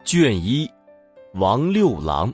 卷一，王六郎。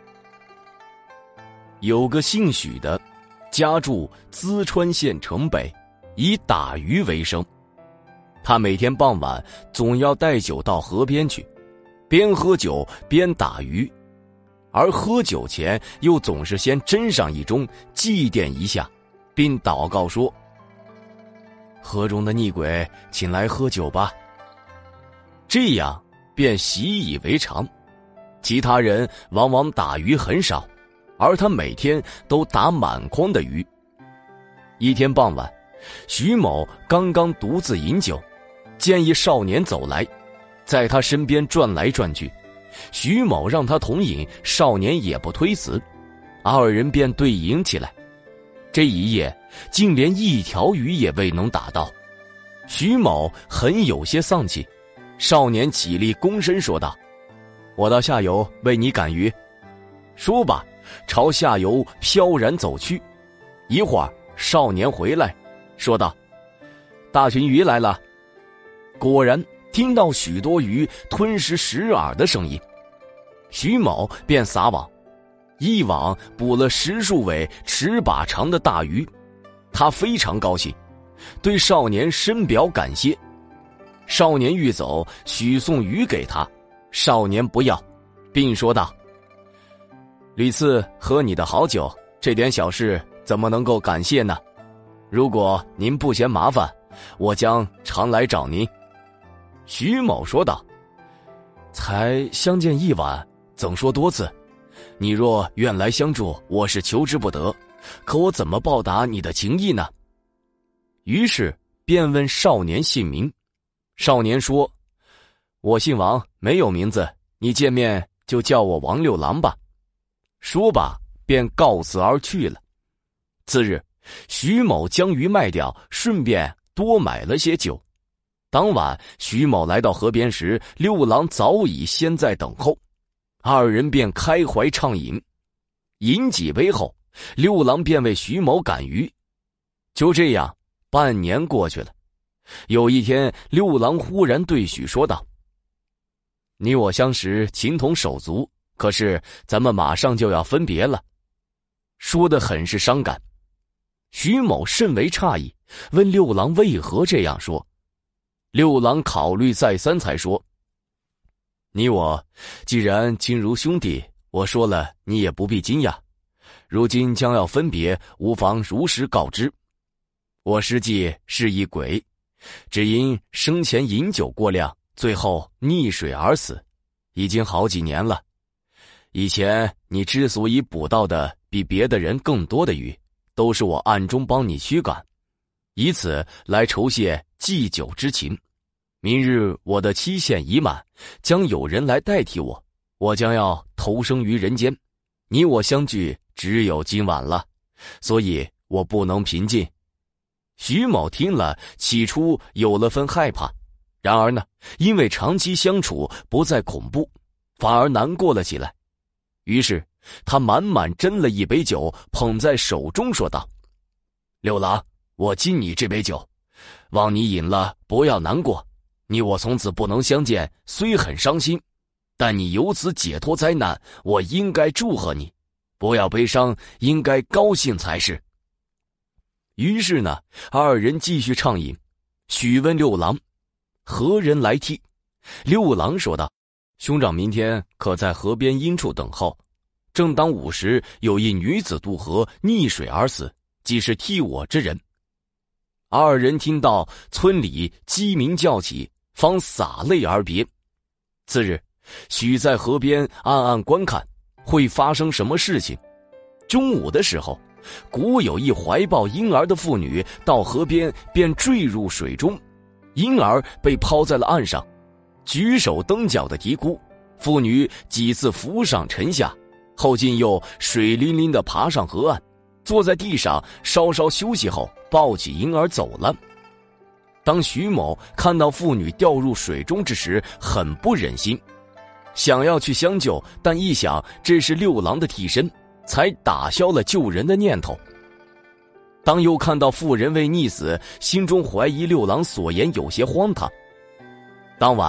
有个姓许的，家住淄川县城北，以打鱼为生。他每天傍晚总要带酒到河边去，边喝酒边打鱼，而喝酒前又总是先斟上一盅，祭奠一下，并祷告说：河中的逆鬼，请来喝酒吧。这样便习以为常。其他人往往打鱼很少，而他每天都打满筐的鱼。一天傍晚，徐某刚刚独自饮酒，见一少年走来，在他身边转来转去。徐某让他同饮，少年也不推辞，二人便对饮起来。这一夜竟连一条鱼也未能打到。徐某很有些丧气，少年起立躬身说道：我到下游为你赶鱼。说罢朝下游飘然走去。一会儿少年回来说道：大群鱼来了。果然听到许多鱼吞食食饵的声音，徐某便撒网，一网捕了10数尾尺把长的大鱼。他非常高兴，对少年深表感谢。少年欲走，许送鱼给他，少年不要，并说道：屡次喝你的好酒，这点小事怎么能够感谢呢？如果您不嫌麻烦，我将常来找您。徐某说道：才相见一晚，怎说多次？你若愿来相助，我是求之不得，可我怎么报答你的情谊呢？于是便问少年姓名。少年说：我姓王，没有名字，你见面就叫我王六郎吧。说罢便告辞而去了。次日，徐某将鱼卖掉，顺便多买了些酒。当晚徐某来到河边时，六郎早已先在等候，二人便开怀畅饮。饮几杯后，六郎便为徐某赶鱼。就这样半年过去了。有一天，六郎忽然对许说道：你我相识情同手足，可是咱们马上就要分别了。说得很是伤感。徐某甚为诧异，问六郎为何这样说。六郎考虑再三才说：你我既然亲如兄弟，我说了你也不必惊讶。如今将要分别，无妨如实告知。我实际是一鬼，只因生前饮酒过量，最后溺水而死，已经好几年了。以前你之所以捕到的比别的人更多的鱼，都是我暗中帮你驱赶，以此来酬谢祭酒之情。明日我的期限已满，将有人来代替我，我将要投生于人间。你我相聚只有今晚了，所以我不能平静。徐某听了，起初有了分害怕，然而呢，因为长期相处不再恐怖，反而难过了起来。于是他满满斟了一杯酒，捧在手中说道：六郎，我敬你这杯酒，望你饮了不要难过。你我从此不能相见，虽很伤心，但你由此解脱灾难，我应该祝贺你，不要悲伤，应该高兴才是。于是呢，二人继续畅饮。许问六郎：何人来替？六郎说道：兄长明天可在河边阴处等候，正当午时，有一女子渡河溺水而死，即是替我之人。二人听到村里鸡鸣叫起，方洒泪而别。次日，许在河边暗暗观看会发生什么事情。中午的时候，古有一怀抱婴儿的妇女到河边便坠入水中，婴儿被抛在了岸上，举手蹬脚的啼哭。妇女几次浮上沉下，后竟又水淋淋地爬上河岸，坐在地上稍稍休息后，抱起婴儿走了。当徐某看到妇女掉入水中之时，很不忍心，想要去相救，但一想这是六郎的替身，才打消了救人的念头。当又看到妇人未溺死，心中怀疑六郎所言有些荒唐。当晚，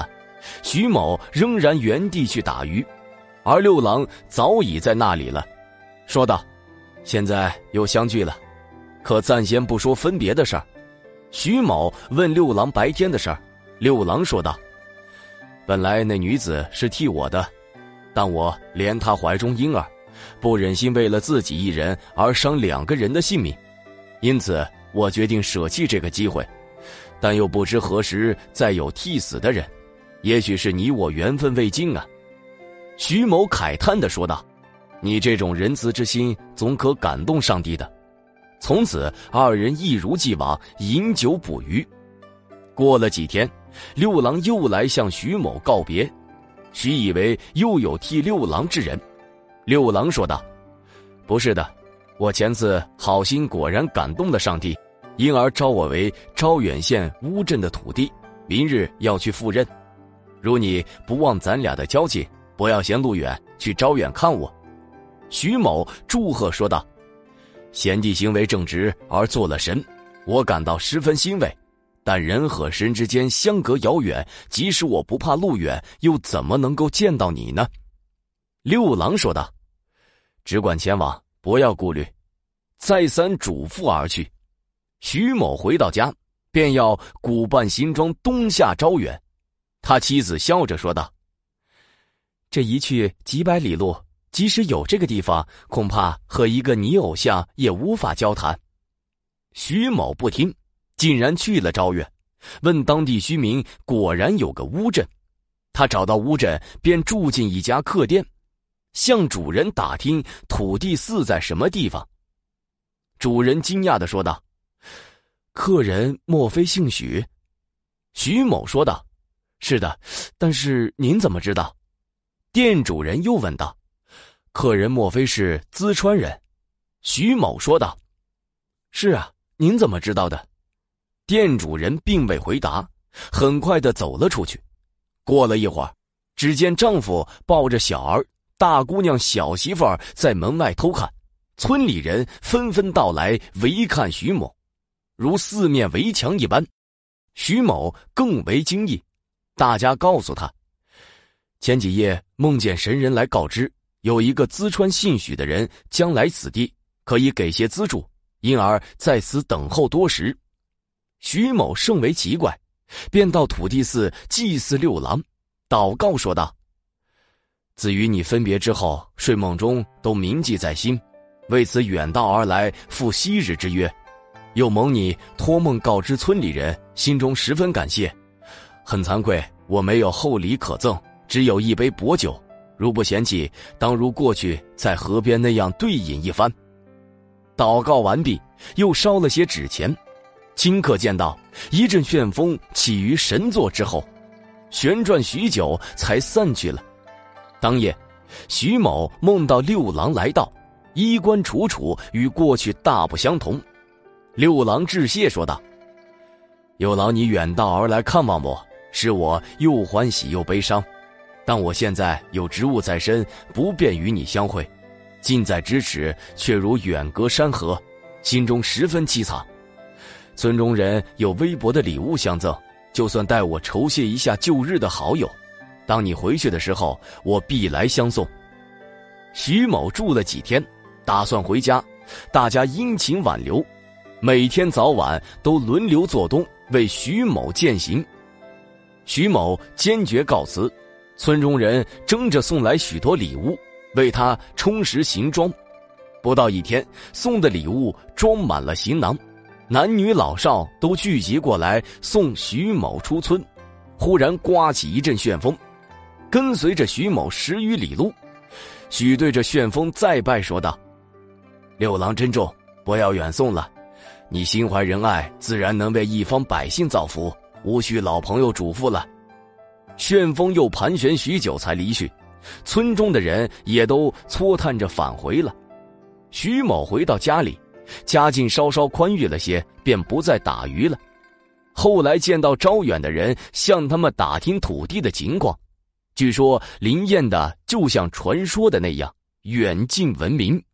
徐某仍然原地去打鱼，而六郎早已在那里了，说道：现在又相聚了，可暂先不说分别的事儿。徐某问六郎白天的事儿，六郎说道：本来那女子是替我的，但我怜她怀中婴儿，不忍心为了自己一人而伤2个人的性命，因此我决定舍弃这个机会，但又不知何时再有替死的人，也许是你我缘分未尽啊。徐某慨叹地说道：你这种仁慈之心总可感动上帝的。从此2人一如既往饮酒捕鱼。过了几天，六郎又来向徐某告别，徐以为又有替六郎之人。六郎说道：不是的，我前次好心果然感动了上帝，因而招我为招远县乌镇的土地，明日要去赴任。如你不忘咱俩的交情，不要嫌路远，去招远看我。徐某祝贺说道：贤弟行为正直而做了神，我感到十分欣慰，但人和神之间相隔遥远，即使我不怕路远，又怎么能够见到你呢？六郎说道：只管前往，不要顾虑，再三嘱咐而去。徐某回到家，便要鼓办行装东下招远。他妻子笑着说道：这一去几百里路，即使有这个地方，恐怕和一个泥偶像也无法交谈。徐某不听，竟然去了招远，问当地居民，果然有个乌镇。他找到乌镇，便住进一家客店，向主人打听土地寺在什么地方。主人惊讶地说道：客人莫非姓许？徐某说道：是的，但是您怎么知道？店主人又问道：客人莫非是淄川人？徐某说道：是啊，您怎么知道的？店主人并未回答，很快地走了出去。过了一会儿，只见丈夫抱着小儿，大姑娘小媳妇儿在门外偷看，村里人纷纷到来围看徐某，如四面围墙一般。徐某更为惊异，大家告诉他，前几夜梦见神人来告知，有一个淄川姓许的人将来此地，可以给些资助，因而在此等候多时。徐某甚为奇怪，便到土地寺祭祀六郎，祷告说道：自与你分别之后，睡梦中都铭记在心，为此远道而来，赴昔日之约，又蒙你托梦告知村里人，心中十分感谢。很惭愧，我没有厚礼可赠，只有一杯薄酒，如不嫌弃，当如过去在河边那样对饮一番。祷告完毕，又烧了些纸钱。顷刻见到一阵旋风起于神座之后，旋转许久才散去了。当夜，徐某梦到六郎来到，衣冠楚楚，与过去大不相同。六郎致谢说道：有劳你远道而来看望我，使我又欢喜又悲伤，但我现在有职务在身，不便与你相会，近在咫尺，却如远隔山河，心中十分凄惨。村中人有微薄的礼物相赠，就算带我酬谢一下旧日的好友，当你回去的时候，我必来相送。徐某住了几天，打算回家，大家殷勤挽留，每天早晚都轮流做东，为徐某饯行。徐某坚决告辞，村中人争着送来许多礼物，为他充实行装。不到一天，送的礼物装满了行囊，男女老少都聚集过来送徐某出村。忽然刮起一阵旋风，跟随着徐某10余里路。许对着旋风再拜说道：六郎珍重，不要远送了，你心怀仁爱，自然能为一方百姓造福，无需老朋友嘱咐了。旋风又盘旋许久才离去，村中的人也都搓探着返回了。徐某回到家里，家境稍稍宽裕了些，便不再打鱼了。后来见到招远的人，向他们打听土地的情况，据说灵验的就像传说的那样，远近闻名。